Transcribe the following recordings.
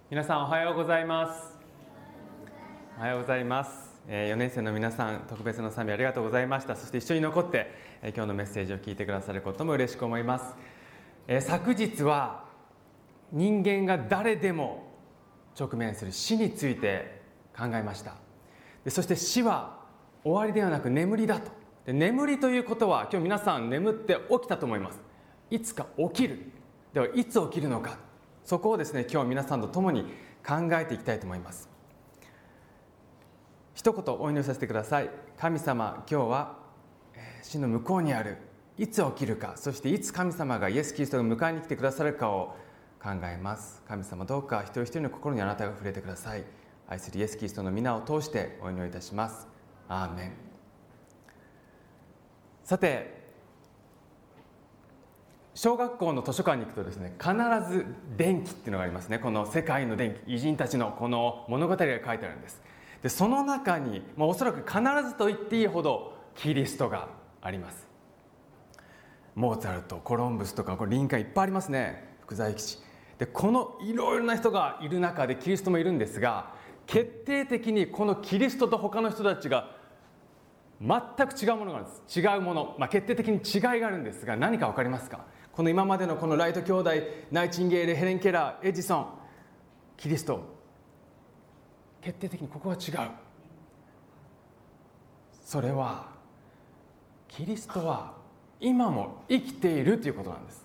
皆さんおはようございます。おはようございます。4年生の皆さん、特別の賛美ありがとうございました。そして一緒に残って今日のメッセージを聞いてくださることも嬉しく思います。昨日は人間が誰でも直面する死について考えました。そして死は終わりではなく眠りだと。眠りということは今日皆さん眠って起きたと思います。いつか起きる。ではいつ起きるのか、そこをですね、今日皆さんと共に考えていきたいと思います。一言お祈りさせてください。神様、今日は死の向こうにあるいつ起きるか、そしていつ神様がイエス・キリストが迎えに来てくださるかを考えます。神様、どうか一人一人の心にあなたが触れてください。愛するイエス・キリストの皆を通してお祈りいたします。アーメン。さて、小学校の図書館に行くとですね、必ず伝記っていうのがありますね。この世界の伝記、偉人たちのこの物語が書いてあるんです。でその中に、おそらく必ずと言っていいほどキリストがあります。モーツァルト、コロンブスとか、これリンカーンいっぱいありますね。福沢諭吉で、このいろいろな人がいる中でキリストもいるんですが、決定的にこのキリストと他の人たちが全く違うものがあるんです。違うもの、決定的に違いがあるんですが、何か分かりますか？この今までのこのライト兄弟、ナイチンゲール、ヘレン・ケラー、エジソン、キリスト、決定的にここが違う。それはキリストは今も生きているということなんです。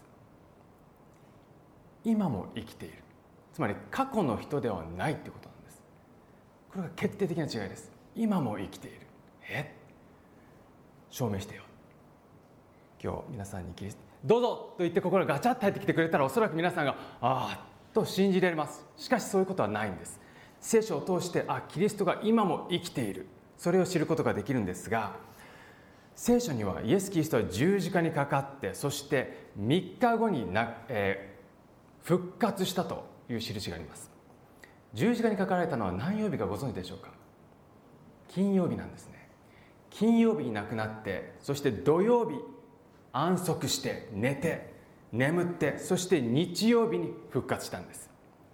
今も生きている、つまり過去の人ではないということなんです。これが決定的な違いです。今も生きている。証明してよ。今日皆さんにキリストどうぞと言って心がガチャッと入ってきてくれたら、おそらく皆さんがと信じられます。しかしそういうことはないんです。聖書を通してキリストが今も生きている、それを知ることができるんですが、聖書にはイエス・キリストは十字架にかかって、そして3日後に復活したという印があります。十字架にかかられたのは何曜日かご存知でしょうか？金曜日なんですね。金曜日に亡くなって、そして土曜日安息して寝て眠って、そして日曜日に復活したんです。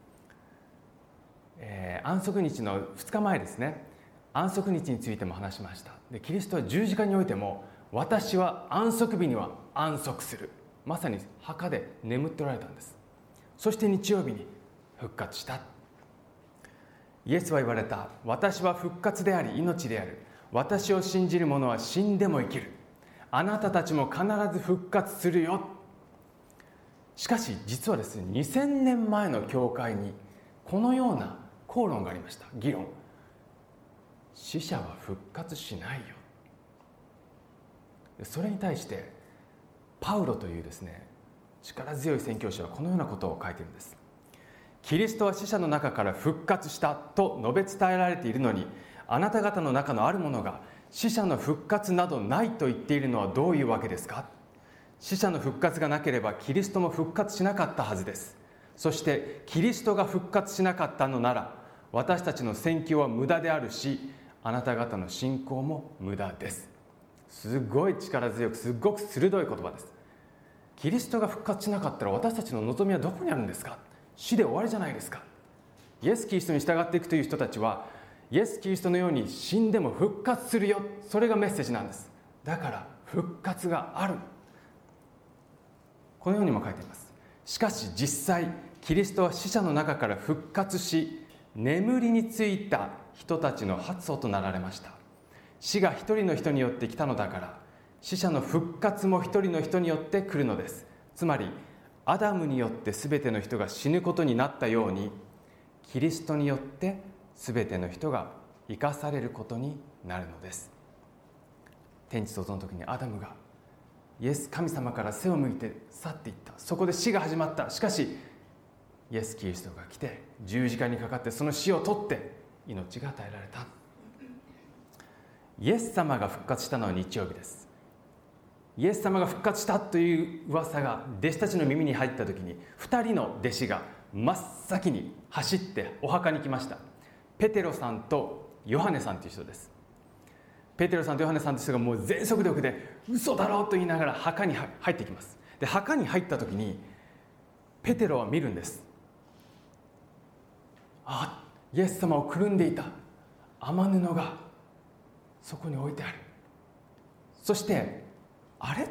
安息日の2日前ですね、安息日についても話しました。でキリストは十字架においても、私は安息日には安息する、まさに墓で眠っておられたんです。そして日曜日に復活した。イエスは言われた。私は復活であり命である。私を信じる者は死んでも生きる。あなたたちも必ず復活するよ。しかし実はですね、2000年前の教会にこのような口論がありました。議論。死者は復活しないよ。それに対してパウロというですね、力強い宣教師はこのようなことを書いているんです。キリストは死者の中から復活したと述べ伝えられているのに、あなた方の中のある者が死者の復活などないと言っているのはどういうわけですか？死者の復活がなければキリストも復活しなかったはずです。そしてキリストが復活しなかったのなら、私たちの宣教は無駄であるし、あなた方の信仰も無駄です。すごい力強く、すごく鋭い言葉です。キリストが復活しなかったら私たちの望みはどこにあるんですか？死で終わりじゃないですか。イエス・キリストに従っていくという人たちは、イエス・キリストのように死んでも復活するよ、それがメッセージなんです。だから復活がある、このようにも書いています。しかし実際キリストは死者の中から復活し、眠りについた人たちの発祖となられました。死が一人の人によって来たのだから、死者の復活も一人の人によって来るのです。つまりアダムによって全ての人が死ぬことになったように、キリストによって全ての人が生かされることになるのです。天地創造の時にアダムがイエス神様から背を向いて去っていった。そこで死が始まった。しかしイエス・キリストが来て十字架にかかって、その死を取って命が与えられた。イエス様が復活したのは日曜日です。イエス様が復活したという噂が弟子たちの耳に入った時に、2人の弟子が真っ先に走ってお墓に来ました。ペテロさんとヨハネさんという人です。ペテロさんとヨハネさんという人がもう全速力で嘘だろうと言いながら墓に入っていきます。で墓に入った時にペテロは見るんです。 イエス様をくるんでいた雨布がそこに置いてある。そしてあれ、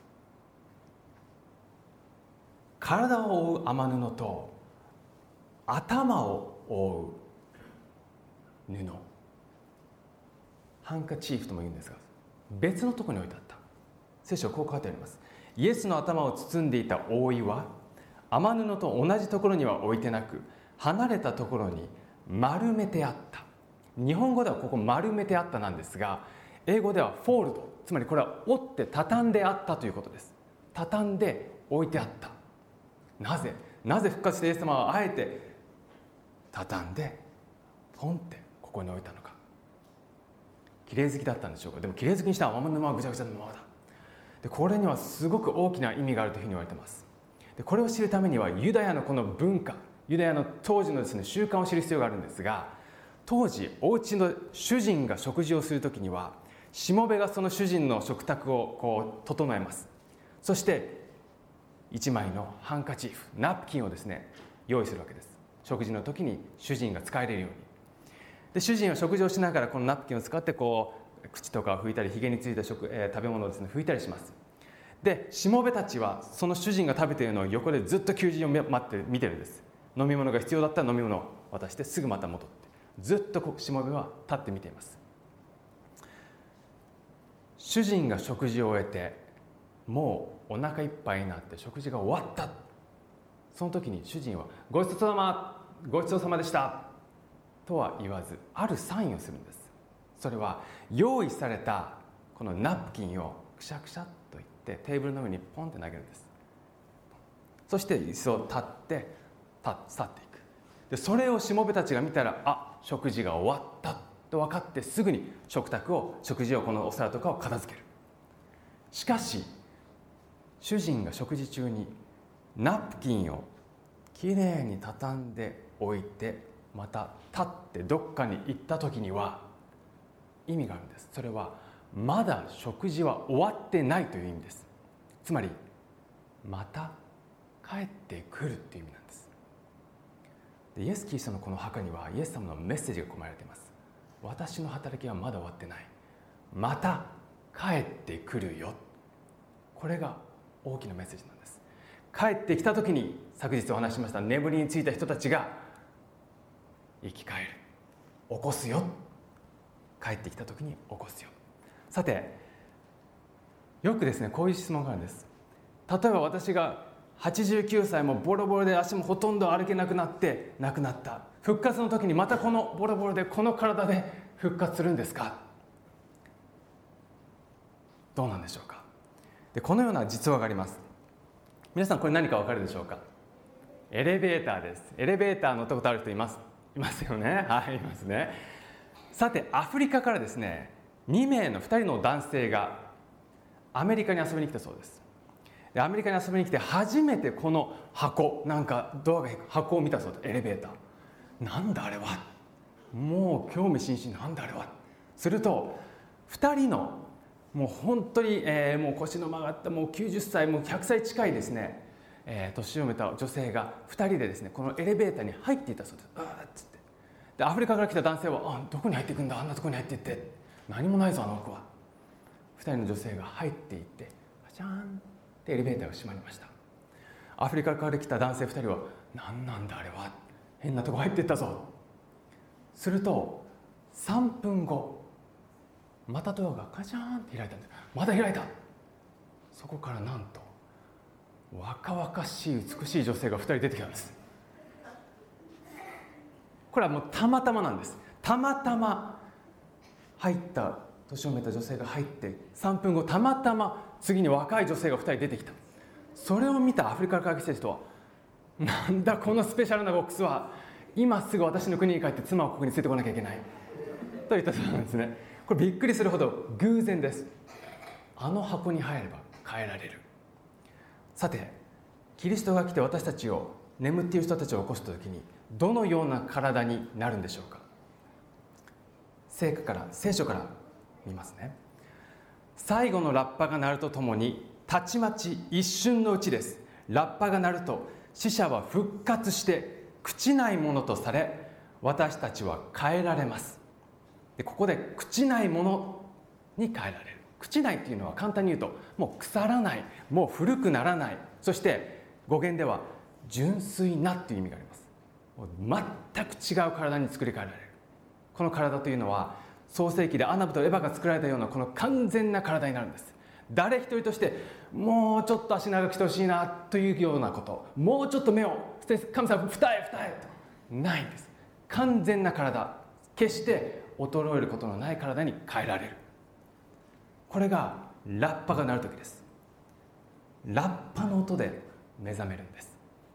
体を覆う雨布と頭を覆う布、ハンカチーフとも言うんですが、別のところに置いてあった。聖書はこう書いてあります。イエスの頭を包んでいた覆いは雨布と同じところには置いてなく、離れたところに丸めてあった。日本語ではここ丸めてあったなんですが、英語ではフォールド、つまりこれは折って畳んであったということです。畳んで置いてあった。なぜ復活したイエス様はあえて畳んでポンってここに置いたのか。綺麗好きだったんでしょうか。でも綺麗好きにしたら雨布はぐちゃぐちゃのままだ。でこれにはすごく大きな意味があるというふうに言われています。でこれを知るためにはユダヤのこの文化、ユダヤの当時のですね、習慣を知る必要があるんですが、当時お家の主人が食事をするときには、しもべがその主人の食卓をこう整えます。そして1枚のハンカチーフ、ナプキンをですね用意するわけです。食事の時に主人が使えれるように。で主人は食事をしながらこのナプキンを使ってこう口とかを拭いたり、ひげについた食べ物をですね拭いたりします。でしもべたちはその主人が食べているのを横でずっと求人を待って見てるんです。飲み物が必要だったら飲み物を渡してすぐまた戻って、ずっとしもべは立って見ています。主人が食事を終えてもうお腹いっぱいになって食事が終わった。その時に主人はごちそうさまでしたとは言わず、あるサインをするんです。それは用意されたこのナプキンをくしゃくしゃっといってテーブルの上にポンって投げるんです。そして椅子を立って去っていく。でそれをしもべたちが見たら、食事が終わったと分かってすぐに食事をこのお皿とかを片付ける。しかし主人が食事中にナプキンをきれいに畳んでおいてまた立ってどっかに行った時には意味があるんです。それはまだ食事は終わってないという意味です。つまりまた帰ってくるという意味なんです。でイエス・キリストのこの墓にはイエス様のメッセージが込められています。私の働きはまだ終わってない、また帰ってくるよ。これが大きなメッセージなんです。帰ってきた時に、昨日お話ししました眠りについた人たちが生き返る、起こすよ。帰ってきた時に起こすよ。さて、よくですねこういう質問があるんです。例えば私が89歳もボロボロで足もほとんど歩けなくなって亡くなった。復活の時にまたこのボロボロでこの体で復活するんですか？どうなんでしょうか。でこのような実話があります。皆さんこれ何か分かるでしょうか。エレベーターです。エレベーター乗ったことある人いますよね。はい、いますね。さてアフリカからですね2人の男性がアメリカに遊びに来たそうです。でアメリカに遊びに来て初めてこの箱、なんかドアが箱を見たそうです。エレベーター、なんだあれは。もう興味津々、なんだあれは。すると2人のもう本当に、もう腰の曲がったもう90歳もう100歳近いですね、年をめた女性が2人でですねこのエレベーターに入っていたそうです。っつってでアフリカから来た男性はどこに入っていくんだ、あんなところに入っていって、何もないぞあの奥は。2人の女性が入っていってパチャーンってエレベーターが閉まりました。アフリカから来た男性2人は何なんだあれは、変なとこ入っていったぞ。すると3分後またドアがカチャーンって開いたんです。また開いた。そこからなんと若々しい美しい女性が2人出てきたんです。これはもうたまたまなんです。たまたま入った年をめた女性が入って3分後たまたま次に若い女性が2人出てきた。それを見たアフリカから来た人は、なんだこのスペシャルなボックスは、今すぐ私の国に帰って妻をここに連れてこなきゃいけないと言ったそうなんですね。これびっくりするほど偶然です。あの箱に入れば変えられる。さてキリストが来て私たちを、眠っている人たちを起こした時にどのような体になるんでしょうか。聖書から見ますね。最後のラッパが鳴るとともに、たちまち一瞬のうちです。ラッパが鳴ると死者は復活して朽ちないものとされ、 私たちは変えられます。でここで朽ちないものに変えられる。朽ちないというのは簡単に言うと、もう腐らない、もう古くならない、そして語源では純粋なという意味があります。全く違う体に作り変えられる。この体というのは創世記でアナブとエバが作られたようなこの完全な体になるんです。誰一人としてもうちょっと足長くしてほしいなというようなこと、もうちょっと目を神様二重とないんです。完全な体、決して衰えることのない体に変えられる。これがラッパが鳴る時です。ラッパの音で目覚めるんです。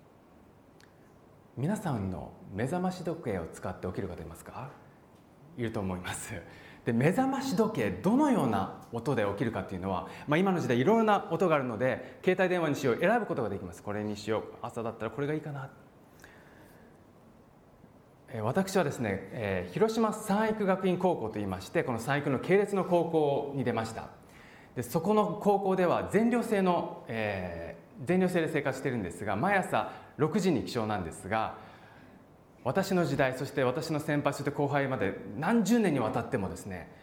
皆さんの目覚まし時計を使って起きる方いますか？いると思います。で目覚まし時計、どのような音で起きるかっていうのは、今の時代いろいろな音があるので、携帯電話にしよう選ぶことができます。これにしよう、朝だったらこれがいいかな。私はですね、広島三育学院高校といいまして、この三育の系列の高校に出ました。でそこの高校では全寮制で生活しているんですが、毎朝6時に起床なんですが、私の時代、そして私の先輩、そして後輩まで何十年にわたってもですね、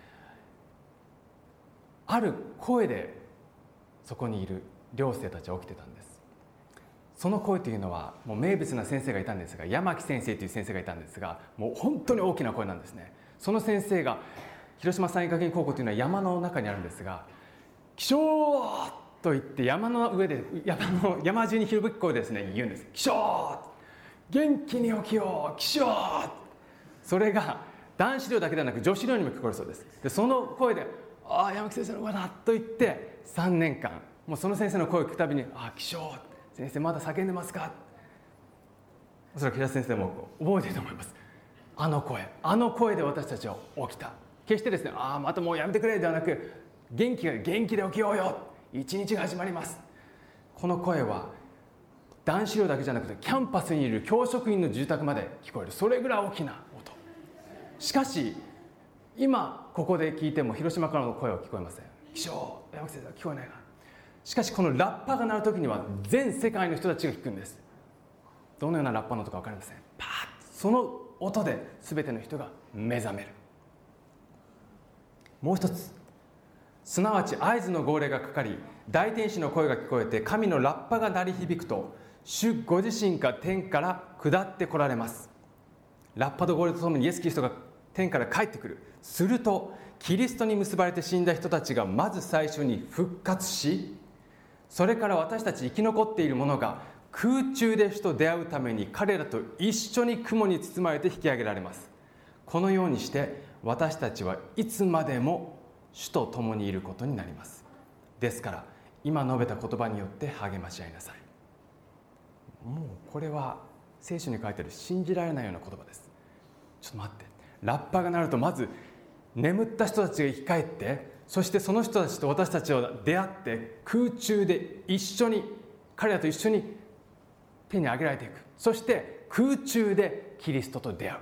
ある声でそこにいる寮生たちは起きてたんです。その声というのは、もう名物な先生がいたんですが、山木先生という先生がいたんですが、もう本当に大きな声なんですね。その先生が、広島三育学院高校というのは山の中にあるんですが、起床と言って山の上で山中に響く声でですね言うんです。起床、元気に起きよう、起床。それが男子寮だけではなく女子寮にも聞こえるそうです。でその声で、ああ山木先生の声だと言って3年間、もうその先生の声を聞くたびに、ああ起床、先生まだ叫んでますか。おそらく平田先生も覚えていると思います。あの声で私たちは起きた。決してですね、ああまたもうやめてくれではなく、元気で起きようよ、一日が始まります。この声は男子寮だけじゃなくて、キャンパスにいる教職員の住宅まで聞こえる。それぐらい大きな音。しかし今ここで聞いても広島からの声は聞こえません。起床、山木先生は聞こえないな。しかしこのラッパが鳴るときには全世界の人たちが聞くんです。どのようなラッパの音か分かりません。パーッ、その音で全ての人が目覚める。もう一つ、すなわち合図の号令がかかり、大天使の声が聞こえて、神のラッパが鳴り響くと、主ご自身が天から下ってこられます。ラッパと号令とともにイエス・キリストが天から帰ってくる。するとキリストに結ばれて死んだ人たちがまず最初に復活し、それから私たち生き残っている者が空中で主と出会うために彼らと一緒に雲に包まれて引き上げられます。このようにして私たちはいつまでも主と共にいることになります。ですから今述べた言葉によって励まし合いなさい。もうこれは聖書に書いてある信じられないような言葉です。ちょっと待って、ラッパが鳴るとまず眠った人たちが生き返って、そしてその人たちと私たちは出会って空中で一緒に、彼らと一緒に手に上げられていく。そして空中でキリストと出会う。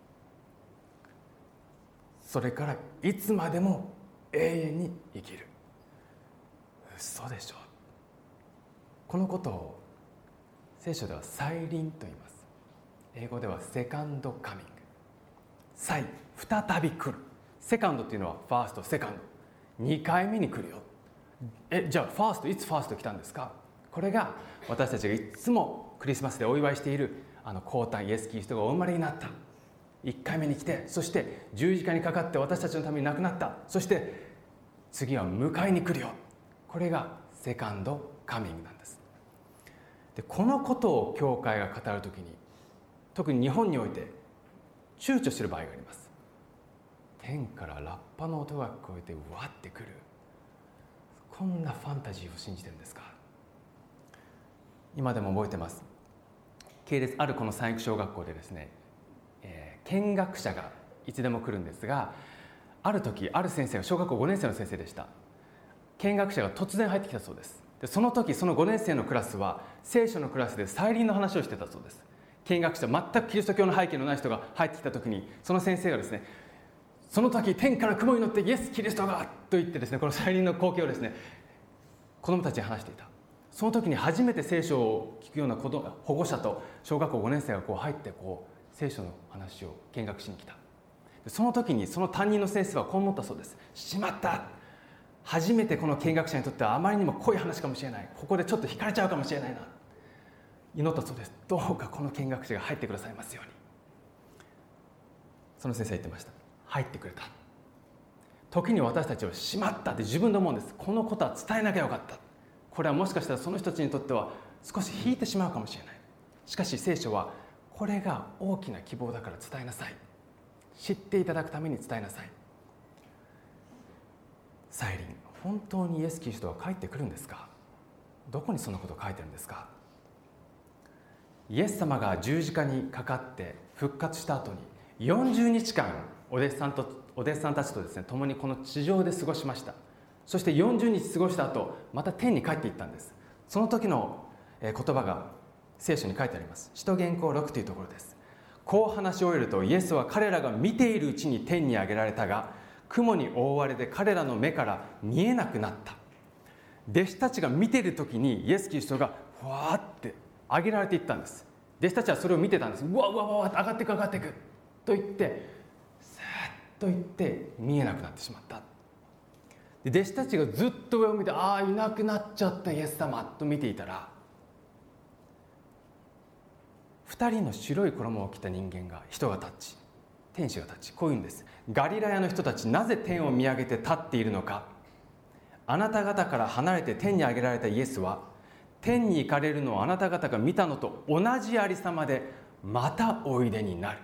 それからいつまでも永遠に生きる。嘘でしょ。このことを聖書では再臨と言います。英語ではセカンドカミング。再び来る。セカンドっていうのはファースト、セカンド、2回目に来るよ。じゃあファースト、いつファースト来たんですか。これが私たちがいつもクリスマスでお祝いしている降誕、イエス・キリストがお生まれになった。1回目に来て、そして十字架にかかって私たちのために亡くなった。そして次は迎えに来るよ。これがセカンドカミングなんです。でこのことを教会が語るときに、特に日本において躊躇する場合があります。天からラッパの音が聞こえてわってくる。こんなファンタジーを信じてるんですか。今でも覚えてます。系列あるこの三育小学校でですね、見学者がいつでも来るんですが、ある時ある先生が、小学校5年生の先生でした。見学者が突然入ってきたそうです。でその時その5年生のクラスは聖書のクラスで再臨の話をしてたそうです。見学者、全くキリスト教の背景のない人が入ってきた時に、その先生がですね、その時天から雲に乗ってイエス・キリストがと言ってですね、この再臨の光景をですね子どもたちに話していた。その時に初めて聖書を聞くような保護者と小学校5年生が入って聖書の話を見学しに来た。その時にその担任の先生はこう思ったそうです。しまった、初めてこの見学者にとってはあまりにも濃い話かもしれない、ここでちょっと惹かれちゃうかもしれないな、祈ったそうです。どうかこの見学者が入ってくださいますように。その先生は言ってました。入ってくれた。時に私たちはしまったって自分で思うんです。このことは伝えなきゃよかった。これはもしかしたらその人たちにとっては少し引いてしまうかもしれない。しかし聖書はこれが大きな希望だから伝えなさい、知っていただくために伝えなさい。サイリン、本当にイエス・キリストは帰ってくるんですか？どこにそんなことを書いてるんですか？イエス様が十字架にかかって復活した後に40日間お弟子さんたちとですね、共にこの地上で過ごしました。そして40日過ごした後、また天に帰っていったんです。その時の言葉が聖書に書いてあります。使徒言行6というところです。こう話し終えると、イエスは彼らが見ているうちに天に上げられたが、雲に覆われて彼らの目から見えなくなった。弟子たちが見ている時にイエス・キリストがふわーって上げられていったんです。弟子たちはそれを見てたんです。うわうわうわって上がっていく上がっていくと言って、さーっと言って見えなくなってしまった。で弟子たちがずっと上を見て、ああいなくなっちゃったイエス様と見ていたら、2人の白い衣を着た人間が、人が立ち、天使が立ち、こう言うんです。ガリラヤの人たち、なぜ天を見上げて立っているのか。あなた方から離れて天に上げられたイエスは、天に行かれるのをあなた方が見たのと同じありさまでまたおいでになる。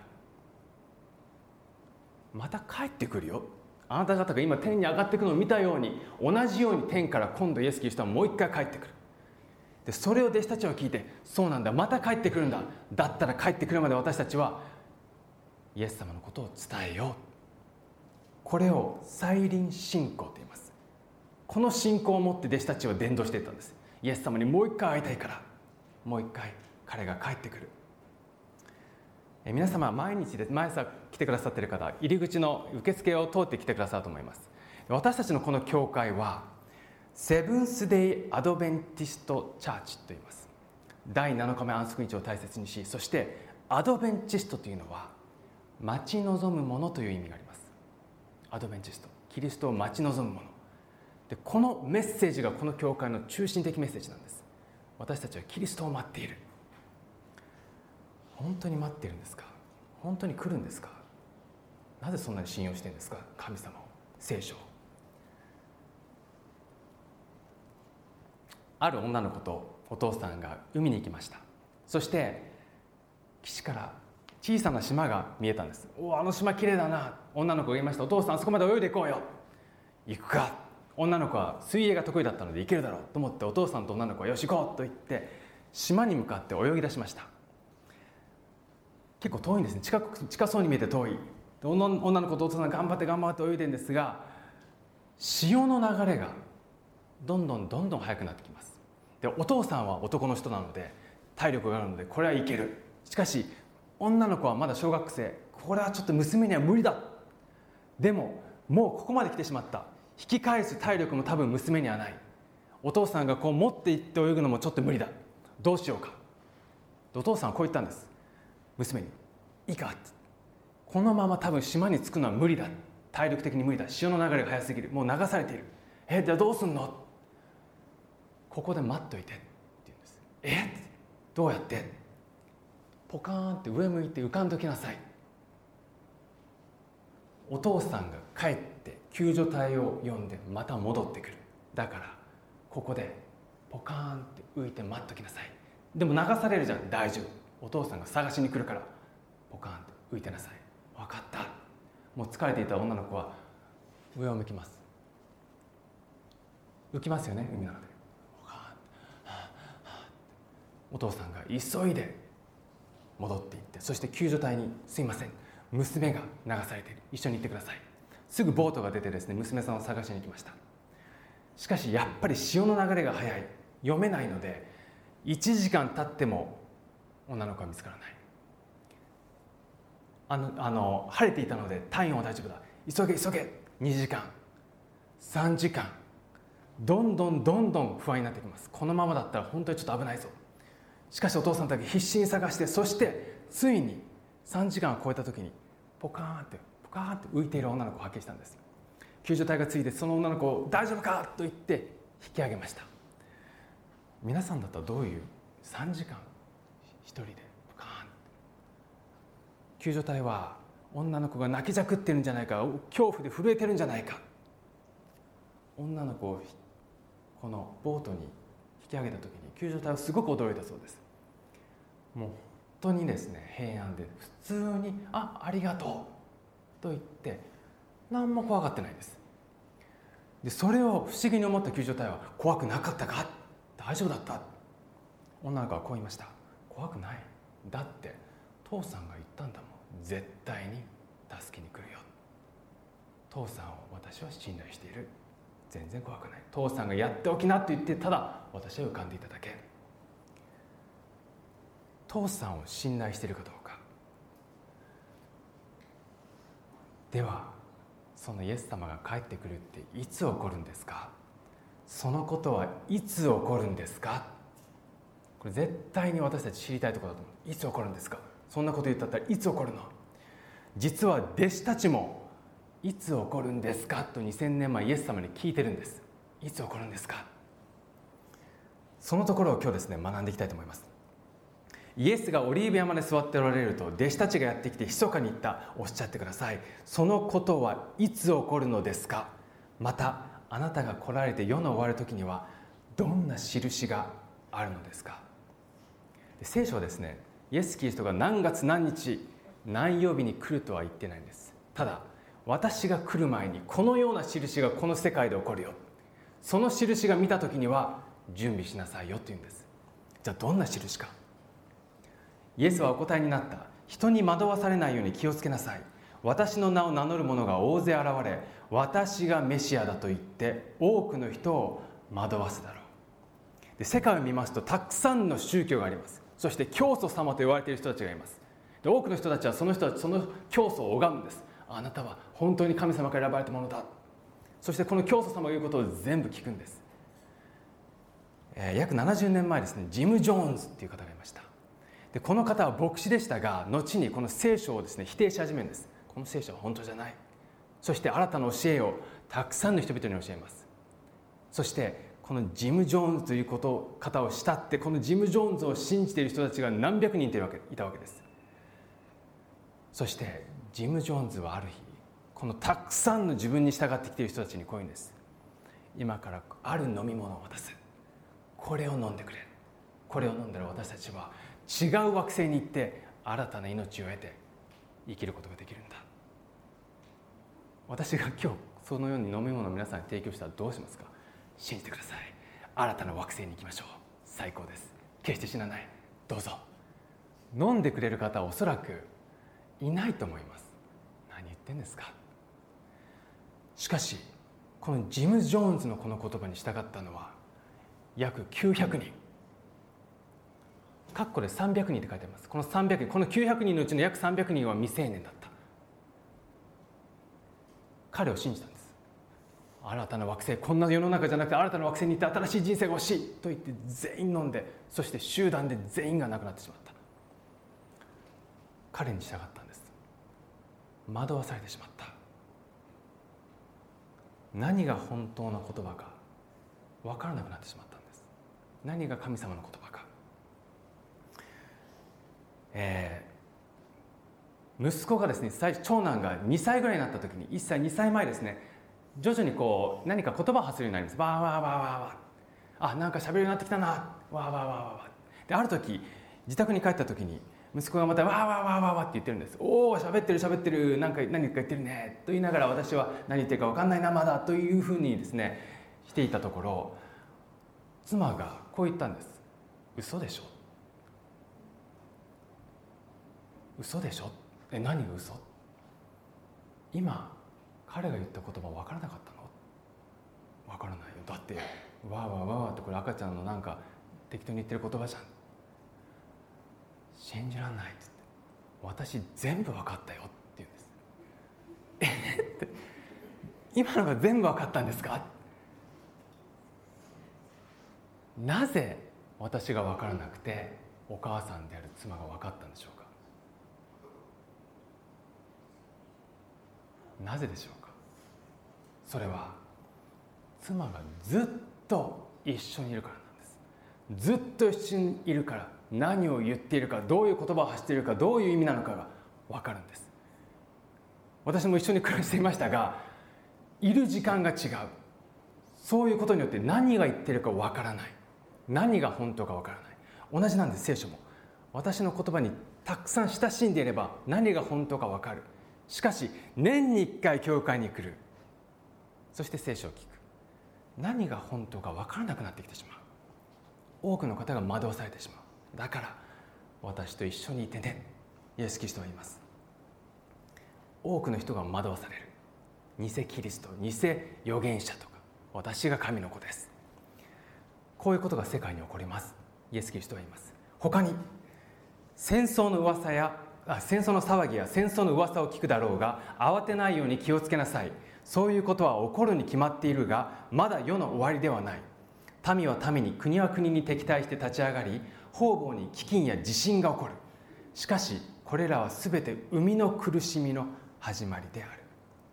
また帰ってくるよ。あなた方が今天に上がっていくのを見たように、同じように天から今度イエス・キリストはもう一回帰ってくる。でそれを弟子たちは聞いて、そうなんだ、また帰ってくるんだ、だったら帰ってくるまで私たちはイエス様のことを伝えよう。これを再臨信仰と言います。この信仰を持って弟子たちは伝道していったんです。イエス様にもう一回会いたいから、もう一回彼が帰ってくる。皆様、毎日で毎朝来てくださっている方、入り口の受付を通って来てくださると思います。私たちのこの教会はセブンスデイアドベンティストチャーチと言います。第7日目安息日を大切にし、そしてアドベンチストというのは待ち望むものという意味があります。アドベンチスト、キリストを待ち望むもので、このメッセージがこの教会の中心的メッセージなんです。私たちはキリストを待っている。本当に待っているんですか？本当に来るんですか？なぜそんなに信用しているんですか？神様を、聖書を。ある女の子とお父さんが海に行きました。そして岸から小さな島が見えたんです。おお、あの島きれいだな。女の子が言いました。お父さん、あそこまで泳いでいこうよ。行くか。女の子は水泳が得意だったので行けるだろうと思って、お父さんと女の子はよし行こうと言って島に向かって泳ぎ出しました。結構遠いんですね。近そうに見えて遠い。女の子とお父さんが頑張って泳いでるんですが、潮の流れがどんどん速くなってきます。でお父さんは男の人なので体力があるのでこれはいける。しかし女の子はまだ小学生、これはちょっと娘には無理だ。でももうここまで来てしまった。引き返す体力も多分娘にはない。お父さんがこう持っていって泳ぐのもちょっと無理だ。どうしようか。お父さんはこう言ったんです。娘に、いいかって、このまま多分島に着くのは無理だ。体力的に無理だ。潮の流れが速すぎる。もう流されている。じゃあどうすんの。ここで待っといてって言うんです。どうやって。ポカーンって上向いて浮かんどきなさい。お父さんが帰って救助隊を呼んでまた戻ってくる。だからここでポカーンって浮いて待っときなさい。でも流されるじゃん。大丈夫。お父さんが探しに来るからポカーンって浮いてなさい。分かった。もう疲れていた女の子は上を向きます。浮きますよね、海なので。お父さんが急いで戻っていって、そして救助隊に、すいません、娘が流されている、一緒に行ってください。すぐボートが出てですね、娘さんを探しに行きました。しかしやっぱり潮の流れが速い、読めないので1時間経っても女の子は見つからない。晴れていたので体温は大丈夫だ、急げ2時間3時間、どんどん不安になってきます。このままだったら本当にちょっと危ないぞ。しかしお父さんだけ必死に探して、そしてついに 3時間を超えた時にポカーンって浮いている女の子を発見したんです。救助隊がついてその女の子を大丈夫かと言って引き上げました。皆さんだったらどういう3時間一人でポカーン。救助隊は女の子が泣きじゃくってるんじゃないか、恐怖で震えてるんじゃないか、女の子をこのボートに引き上げた時に救助隊はすごく驚いたそうです。もう本当にですね、平安で普通にありがとうと言って何も怖がってないんです。でそれを不思議に思った救助隊は、怖くなかったか、大丈夫だった、女の子はこう言いました。怖くない、だって父さんが言ったんだもん、絶対に助けに来るよ、父さんを私は信頼している、全然怖くない、父さんがやっておきなと言って、ただ私は浮かんでいただけ。父さんを信頼しているかどうか。ではそのイエス様が帰ってくるっていつ起こるんですか。そのことはいつ起こるんですか。これ絶対に私たち知りたいところだと思う。いつ起こるんですか。そんなこと言ったらいつ起こるの。実は弟子たちもいつ起こるんですかと2000年前イエス様に聞いてるんです。いつ起こるんですか。そのところを今日ですね、学んでいきたいと思います。イエスがオリーブ山で座っておられると、弟子たちがやってきて密かに言った。おっしゃってください。そのことはいつ起こるのですか。またあなたが来られて世の終わる時にはどんな印があるのですか。聖書はですね、イエス・キリストが何月何日何曜日に来るとは言ってないんです。ただ私が来る前にこのような印がこの世界で起こるよ、その印が見た時には準備しなさいよというんです。じゃあどんな印か。イエスはお答えになった。人に惑わされないように気をつけなさい。私の名を名乗る者が大勢現れ、私がメシアだと言って多くの人を惑わすだろう。で世界を見ますとたくさんの宗教があります。そして教祖様と言われている人たちがいます。で多くの人たちはその教祖を拝むんです。あなたは本当に神様から選ばれたものだ。そしてこの教祖様が言うことを全部聞くんです。約70年前ですね、ジム・ジョーンズっていう方がいました。でこの方は牧師でしたが、後にこの聖書をですね否定し始めるんです。この聖書は本当じゃない。そして新たな教えをたくさんの人々に教えます。そしてこのジム・ジョーンズという方を慕って、このジム・ジョーンズを信じている人たちが何百人いたわけです。そしてジム・ジョーンズはある日、このたくさんの自分に従ってきている人たちにこう言うんです。今からある飲み物を渡す。これを飲んでくれ。これを飲んだら私たちは違う惑星に行って新たな命を得て生きることができるんだ。私が今日そのように飲み物を皆さんに提供したらどうしますか。信じてください。新たな惑星に行きましょう。最高です。決して死なない。どうぞ。飲んでくれる方はおそらくいないと思います。何言ってんですか。しかしこのジム・ジョーンズのこの言葉に従ったのは約900人。括弧で300人って書いてあります。この300人、この900人のうちの約300人は未成年だった。彼を信じたんです。新たな惑星、こんな世の中じゃなくて新たな惑星に行って新しい人生が欲しいと言って全員飲んで、そして集団で全員が亡くなってしまった。彼に従ったんです。惑わされてしまった。何が本当の言葉か分からなくなってしまったんです。何が神様の言葉か。息子がですね、長男が2歳ぐらいになった時に、1歳2歳前ですね、徐々にこう何か言葉を発するようになります。わーわーわーわーわー、あ、なんか喋るようになってきたな、わーわーわーわー。である時自宅に帰った時に息子がまたわーわーわーわーわーって言ってるんです。おお、喋ってる、何か言ってるねと言いながら、私は何言ってるか分かんないなまだというふうにですねしていたところ、妻がこう言ったんです。嘘でしょ、嘘でしょ。何が嘘。今彼が言った言葉分からなかったの。分からないよ。だってわーわーわーわーってこれ赤ちゃんのなんか適当に言ってる言葉じゃん。信じらんないって言って、私全部分かったよって言うんです。って今のが全部分かったんですか。なぜ私が分からなくてお母さんである妻が分かったんでしょうか。 なぜでしょうか。それは妻がずっと一緒にいるからなんです。ずっと一緒にいるから、何を言っているか、どういう言葉を発しているか、どういう意味なのかが分かるんです。私も一緒に暮らしていましたが、いる時間が違う。そういうことによって何が言っているか分からない、何が本当か分からない。同じなんです。聖書も私の言葉にたくさん親しんでいれば何が本当か分かる。しかし年に1回教会に来る、そして聖書を聞く、何が本当か分からなくなってきてしまう。多くの方が惑わされてしまう。だから私と一緒にいてね、イエス・キリストは言います。多くの人が惑わされる。偽キリスト、偽預言者とか、私が神の子です。こういうことが世界に起こります。イエス・キリストは言います。他に戦争の騒ぎや戦争の噂を聞くだろうが、慌てないように気をつけなさい。そういうことは起こるに決まっているが、まだ世の終わりではない。民は民に、国は国に敵対して立ち上がり、方々に飢饉や地震が起こる。しかしこれらはすべて生みの苦しみの始まりである。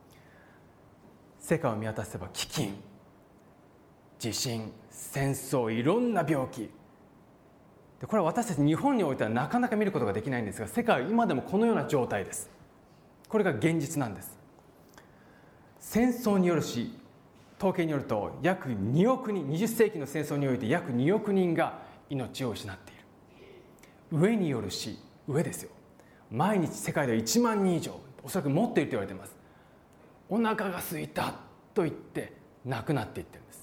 世界を見渡せば飢饉、地震、戦争、いろんな病気で、これは私たち日本においてはなかなか見ることができないんですが、世界は今でもこのような状態です。これが現実なんです。戦争による死、統計によると約2億人、20世紀の戦争において約2億人が命を失っている。飢えによる死、飢えですよ。毎日世界では1万人以上、おそらくもっといると言われています。お腹が空いたと言って亡くなっていってるんです。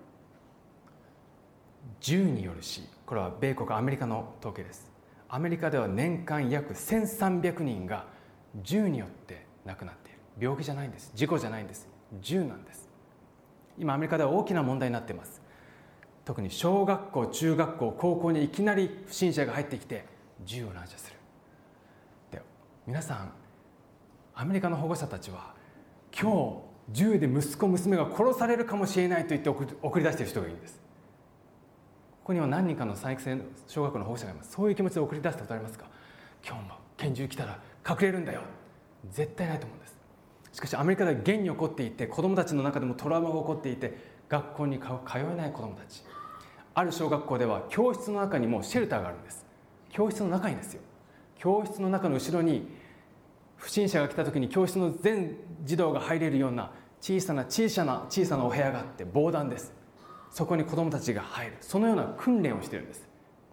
銃による死、これは米国アメリカの統計です。アメリカでは年間約1300人が銃によって亡くなっている。病気じゃないんです、事故じゃないんです、銃なんです。今アメリカでは大きな問題になっています。特に小学校、中学校、高校にいきなり不審者が入ってきて銃を乱射する。で、皆さん、アメリカの保護者たちは今日銃で息子娘が殺されるかもしれないと言って送り出している人がいるんです。ここには何人かの三育成小学校の保護者がいます。そういう気持ちで送り出したことありますか？今日も拳銃来たら隠れるんだよ。絶対ないと思うんです。しかしアメリカでは現に起こっていて、子どもたちの中でもトラウマが起こっていて、学校に通えない子どもたち、ある小学校では教室の中にもシェルターがあるんです。教室の中にですよ。教室の中の後ろに不審者が来た時に教室の全児童が入れるような小さなお部屋があって、防弾です。そこに子どもたちが入る、そのような訓練をしているんです。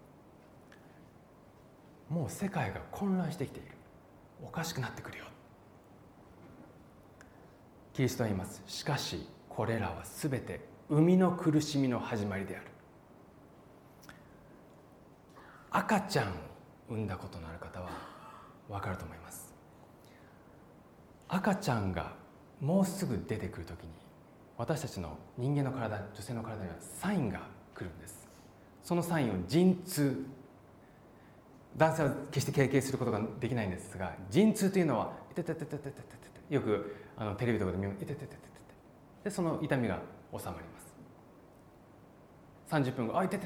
もう世界が混乱してきている。おかしくなってくるよ。キリストは言います。しかしこれらはすべて生みの苦しみの始まりである。赤ちゃんを産んだことのある方は分かると思います。赤ちゃんがもうすぐ出てくるときに、私たちの人間の体、女性の体にはサインが来るんです。そのサインを陣痛、男性は決して経験することができないんですが、陣痛というのはよくテレビとかで見る、でその痛みが収まります。30分後、来た。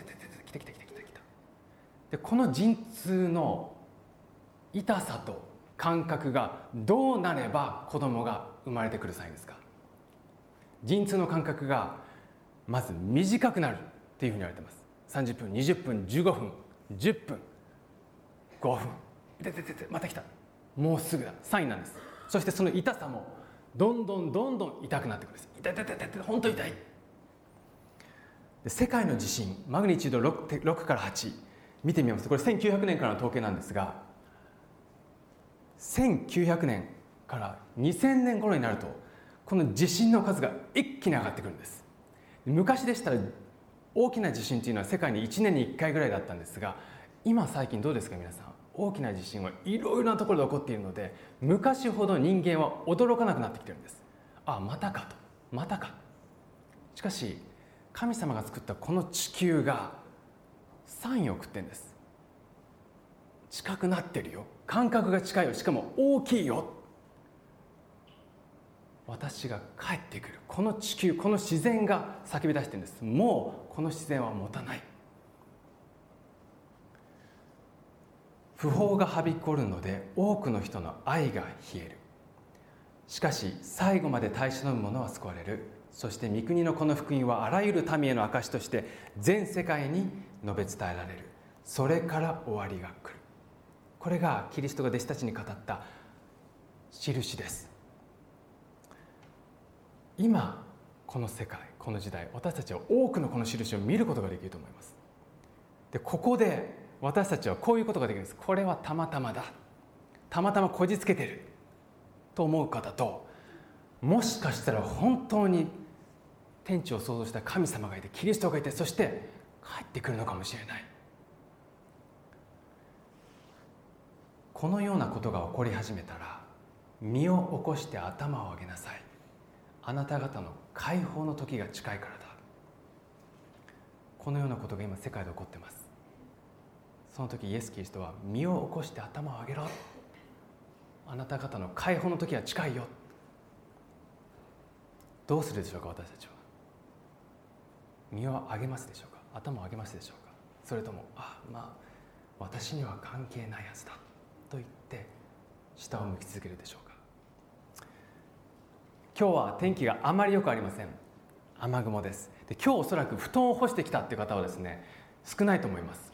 でこの陣痛の痛さと感覚がどうなれば子供が生まれてくるサインですか？陣痛の間隔がまず短くなるというふうに言われています。30分、20分、15分、10分、5分、また来た、もうすぐだ、サインなんです。そしてその痛さもどんどん痛くなってくるんです。本当痛い。で世界の地震、マグニチュード 6から8見てみますと、これ1900年からの統計なんですが、1900年から2000年頃になるとこの地震の数が一気に上がってくるんです。昔でしたら大きな地震というのは世界に1年に1回ぐらいだったんですが、今最近どうですか皆さん。大きな地震はいろいろなところで起こっているので、昔ほど人間は驚かなくなってきてるんです。またか。しかし神様が作ったこの地球がサインを送ってるんです。近くなってるよ、感覚が近いよ、しかも大きいよ、私が帰ってくる。この地球、この自然が叫び出してるんです。もうこの自然は持たない。不法がはびこるので多くの人の愛が冷える。 しかし最後まで耐え忍ぶ者は救われる。そして御国のこの福音はあらゆる民への証として全世界に述べ伝えられる。それから終わりが来る。これがキリストが弟子たちに語った印です。今この世界、この時代、私たちは多くのこの印を見ることができると思います。でここで私たちはこういうことができるんです。これはたまたまだ、たまたまこじつけてると思う方と、もしかしたら本当に天地を創造した神様がいて、キリストがいて、そして帰ってくるのかもしれない。このようなことが起こり始めたら、身を起こして頭を上げなさい。あなた方の解放の時が近いからだ。このようなことが今世界で起こっています。その時イエス・キリストは、身を起こして頭を上げろ、あなた方の解放の時は近いよ。どうするでしょうか。私たちは身を上げますでしょうか。頭を上げますでしょうか。それとも私には関係ないはずだと言って下を向き続けるでしょうか。今日は天気があまり良くありません。雨雲です。で今日おそらく布団を干してきたっていう方はですね、少ないと思います。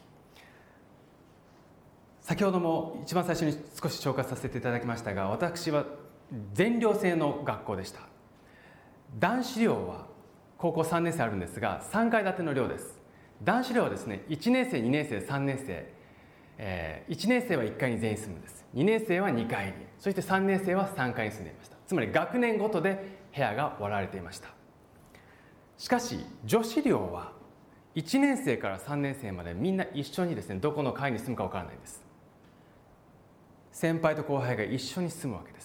先ほども一番最初に少し紹介させていただきましたが、私は全寮制の学校でした。男子寮は高校3年生あるんですが、3階建ての寮です。男子寮はですね、1年生、2年生、3年生、1年生は1階に全員住むんです。2年生は2階に、そして3年生は3階に住んでいました。つまり学年ごとで部屋が割られていました。しかし女子寮は1年生から3年生までみんな一緒にですね、どこの階に住むかわからないんです。先輩と後輩が一緒に住むわけです。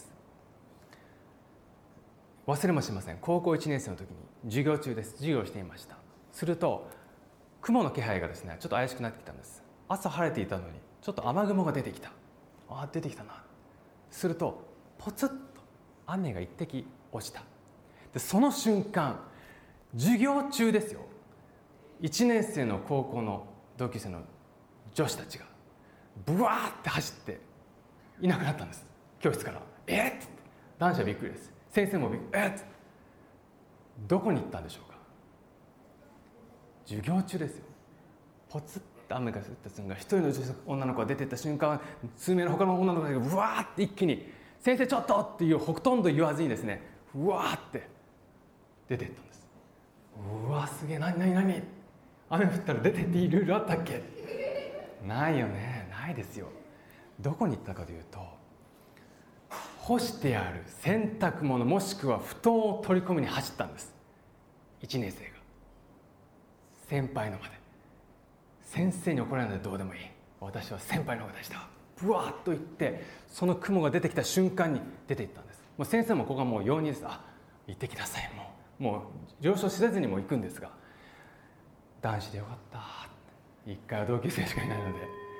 忘れもしません。高校1年生の時に授業中です。授業をしていました。すると雲の気配がですね、ちょっと怪しくなってきたんです。朝晴れていたのにちょっと雨雲が出てきた。出てきたな。するとポツッと雨が一滴落ちた。でその瞬間、授業中ですよ、1年生の高校の同級生の女子たちがブワーって走っていなくなったんです。教室からって男子はびっくりです。先生もびっくりってどこに行ったんでしょうか。授業中ですよ。ポツッと雨が降った瞬間、一人の女の子が出てった瞬間、数名の他の女の子がブワーって一気に先生ちょっとっていうほとんど言わずにですね、うわーって出ていったんです。うわすげえ、何雨降ったら出てっていろいろあったっけ。ないよね。ないですよ。どこに行ったかというと、干してある洗濯物もしくは布団を取り込みに走ったんです。1年生が先輩のまで。先生に怒られないのでどうでもいい、私は先輩の方が大事だ、ブワーッと言って、その雲が出てきた瞬間に出ていったんです。もう先生もここがもう容認です。行ってきなさい、もう了承せずにも行くんですが、男子でよかった、一回は同級生しかいないので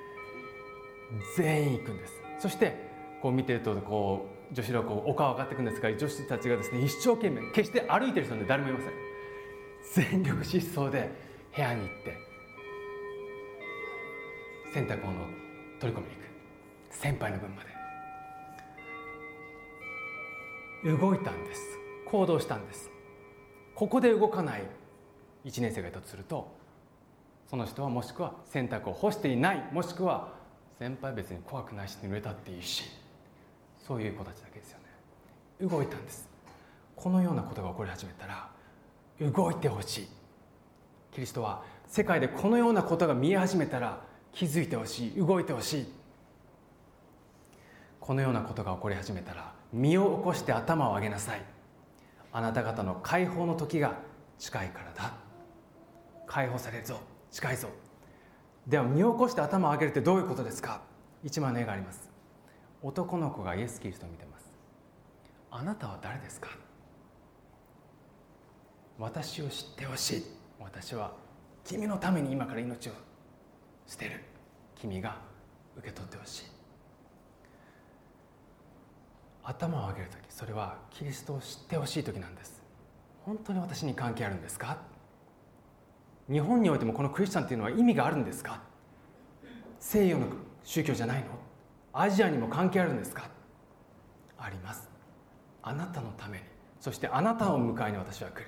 全員行くんです。そしてこう見てると女子寮は丘を上がっていくんですが、女子たちがですね、一生懸命、決して歩いてる人で誰もいません。全力疾走で部屋に行って洗濯物を取り込みに行く。先輩の分まで動いたんです。行動したんです。ここで動かない1年生がいたとすると、その人はもしくは洗濯を干していない、もしくは先輩別に怖くないし濡れたっていいし、そういう子たちだけですよね。動いたんです。このようなことが起こり始めたら動いてほしい。キリストは世界でこのようなことが見え始めたら気づいてほしい、動いてほしい。このようなことが起こり始めたら身を起こして頭を上げなさい。あなた方の解放の時が近いからだ。解放されるぞ、近いぞ。では身を起こして頭を上げるってどういうことですか。一枚の絵があります。男の子がイエス・キリストを見ています。あなたは誰ですか。私を知ってほしい。私は君のために今から命を捨てる。君が受け取ってほしい。頭を上げるとき、それはキリストを知ってほしいときなんです。本当に私に関係あるんですか。日本においてもこのクリスチャンというのは意味があるんですか。西洋の宗教じゃないの。アジアにも関係あるんですか。あります。 あなたのために、そしてあなたを迎えに私は来る。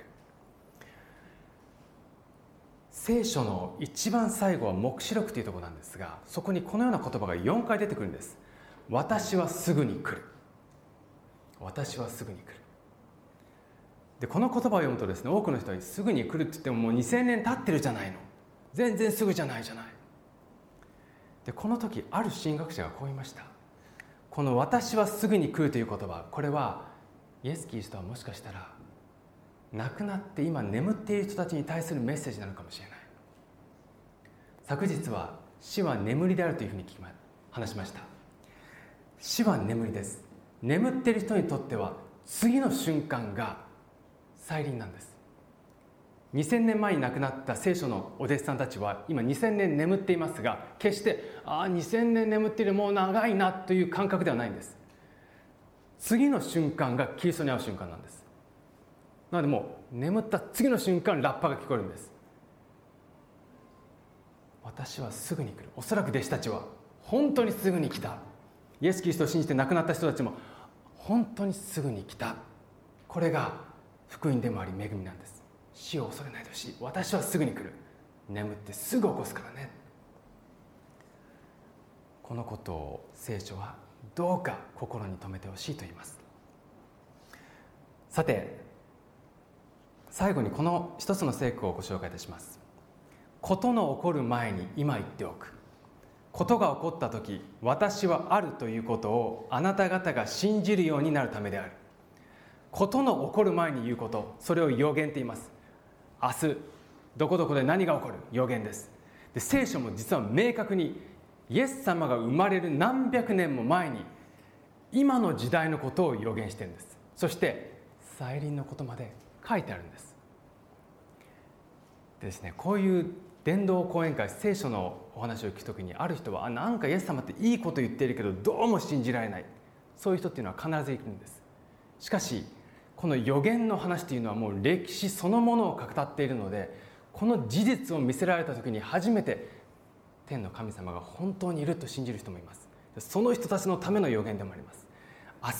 聖書の一番最後は黙示録というところなんですが、そこにこのような言葉が4回出てくるんです。私はすぐに来る。私はすぐに来る。でこの言葉を読むとですね、多くの人はすぐに来るって言ってももう2000年経ってるじゃないの、全然すぐじゃないじゃない。でこの時ある神学者がこう言いました。この私はすぐに来るという言葉、これはイエス・キリストはもしかしたら亡くなって今眠っている人たちに対するメッセージなのかもしれない。昨日は死は眠りであるというふうに話しました。死は眠りです。眠っている人にとっては次の瞬間が再臨なんです。2000年前に亡くなった聖書のお弟子さんたちは今2000年眠っていますが、決して2000年眠っている、もう長いなという感覚ではないんです。次の瞬間がキリストに会う瞬間なんです。なのでもう眠った次の瞬間ラッパが聞こえるんです。私はすぐに来る。おそらく弟子たちは本当にすぐに来た。イエス・キリストを信じて亡くなった人たちも本当にすぐに来た。これが福音でもあり恵みなんです。死を恐れないでほしい。私はすぐに来る。眠ってすぐ起こすからね。このことを聖書はどうか心に留めてほしいと言います。さて最後にこの一つの聖句をご紹介いたします。ことの起こる前に今言っておく。ことが起こった時、私はあるということをあなた方が信じるようになるためである。ことの起こる前に言うこと、それを予言って言います。明日どこどこで何が起こる、予言です。で聖書も実は明確にイエス様が生まれる何百年も前に今の時代のことを予言しているんです。そして再臨のことまで書いてあるんです。でですね、こういう伝道講演会、聖書のお話を聞くときにある人はなんかイエス様っていいこと言っているけどどうも信じられない、そういう人っていうのは必ずいるんです。しかしこの予言の話というのはもう歴史そのものを語っているので、この事実を見せられたときに初めて天の神様が本当にいると信じる人もいます。その人たちのための予言でもあります。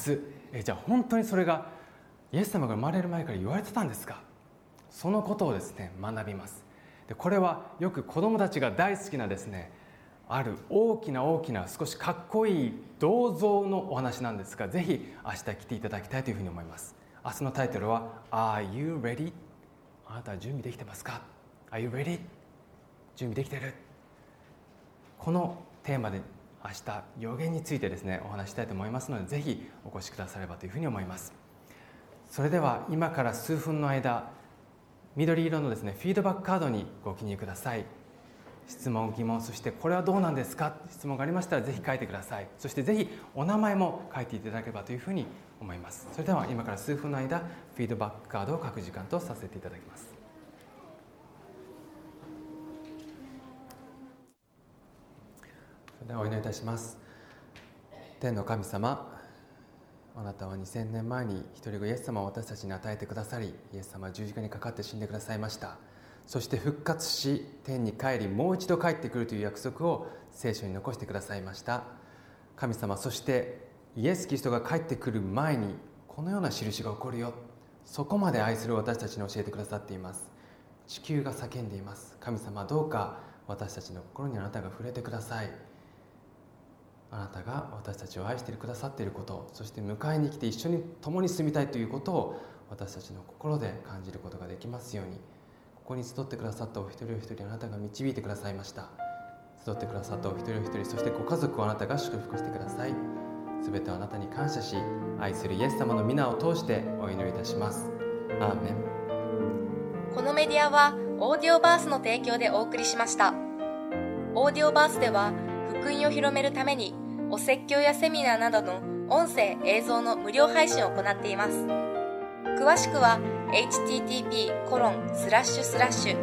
明日じゃあ本当にそれがイエス様が生まれる前から言われてたんですか。そのことをですね学びます。でこれはよく子どもたちが大好きなですね、ある大きな少しかっこいい銅像のお話なんですが、ぜひ明日来ていただきたいというふうに思います。明日のタイトルは Are you ready? あなたは準備できてますか？ Are you ready? 準備できてる？このテーマで明日予言についてですねお話したいと思いますので、ぜひお越しくださればというふうに思います。それでは今から数分の間、緑色のですねフィードバックカードにご記入ください。質問、疑問、そしてこれはどうなんですか、質問がありましたらぜひ書いてください。そしてぜひお名前も書いていただければというふうに思います。それでは今から数分の間、フィードバックカードを書く時間とさせていただきます。それではお祈りいたします。天の神様、あなたは2000年前に一人子イエス様を私たちに与えてくださり、イエス様は十字架にかかって死んでくださいました。そして復活し天に帰り、もう一度帰ってくるという約束を聖書に残してくださいました神様。そしてイエス・キリストが帰ってくる前にこのような印が起こるよ、そこまで愛する私たちに教えてくださっています。地球が叫んでいます。神様、どうか私たちの心にあなたが触れてください。あなたが私たちを愛してくださっていること、そして迎えに来て一緒に共に住みたいということを私たちの心で感じることができますように。ここに集ってくださったお一人お一人、あなたが導いてくださいました。集ってくださったお一人お一人、そしてご家族をあなたが祝福してください。すべてをあなたに感謝し、愛するイエス様の皆を通してお祈りいたします。アーメン。 このメディアはオーディオバースの提供でお送りしました。オーディオバースでは福音を広めるためにお説教やセミナーなどの音声映像の無料配信を行っています。詳しくは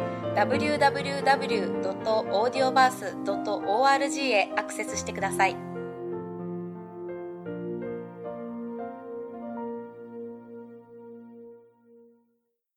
http://www.audioverse.org へアクセスしてください。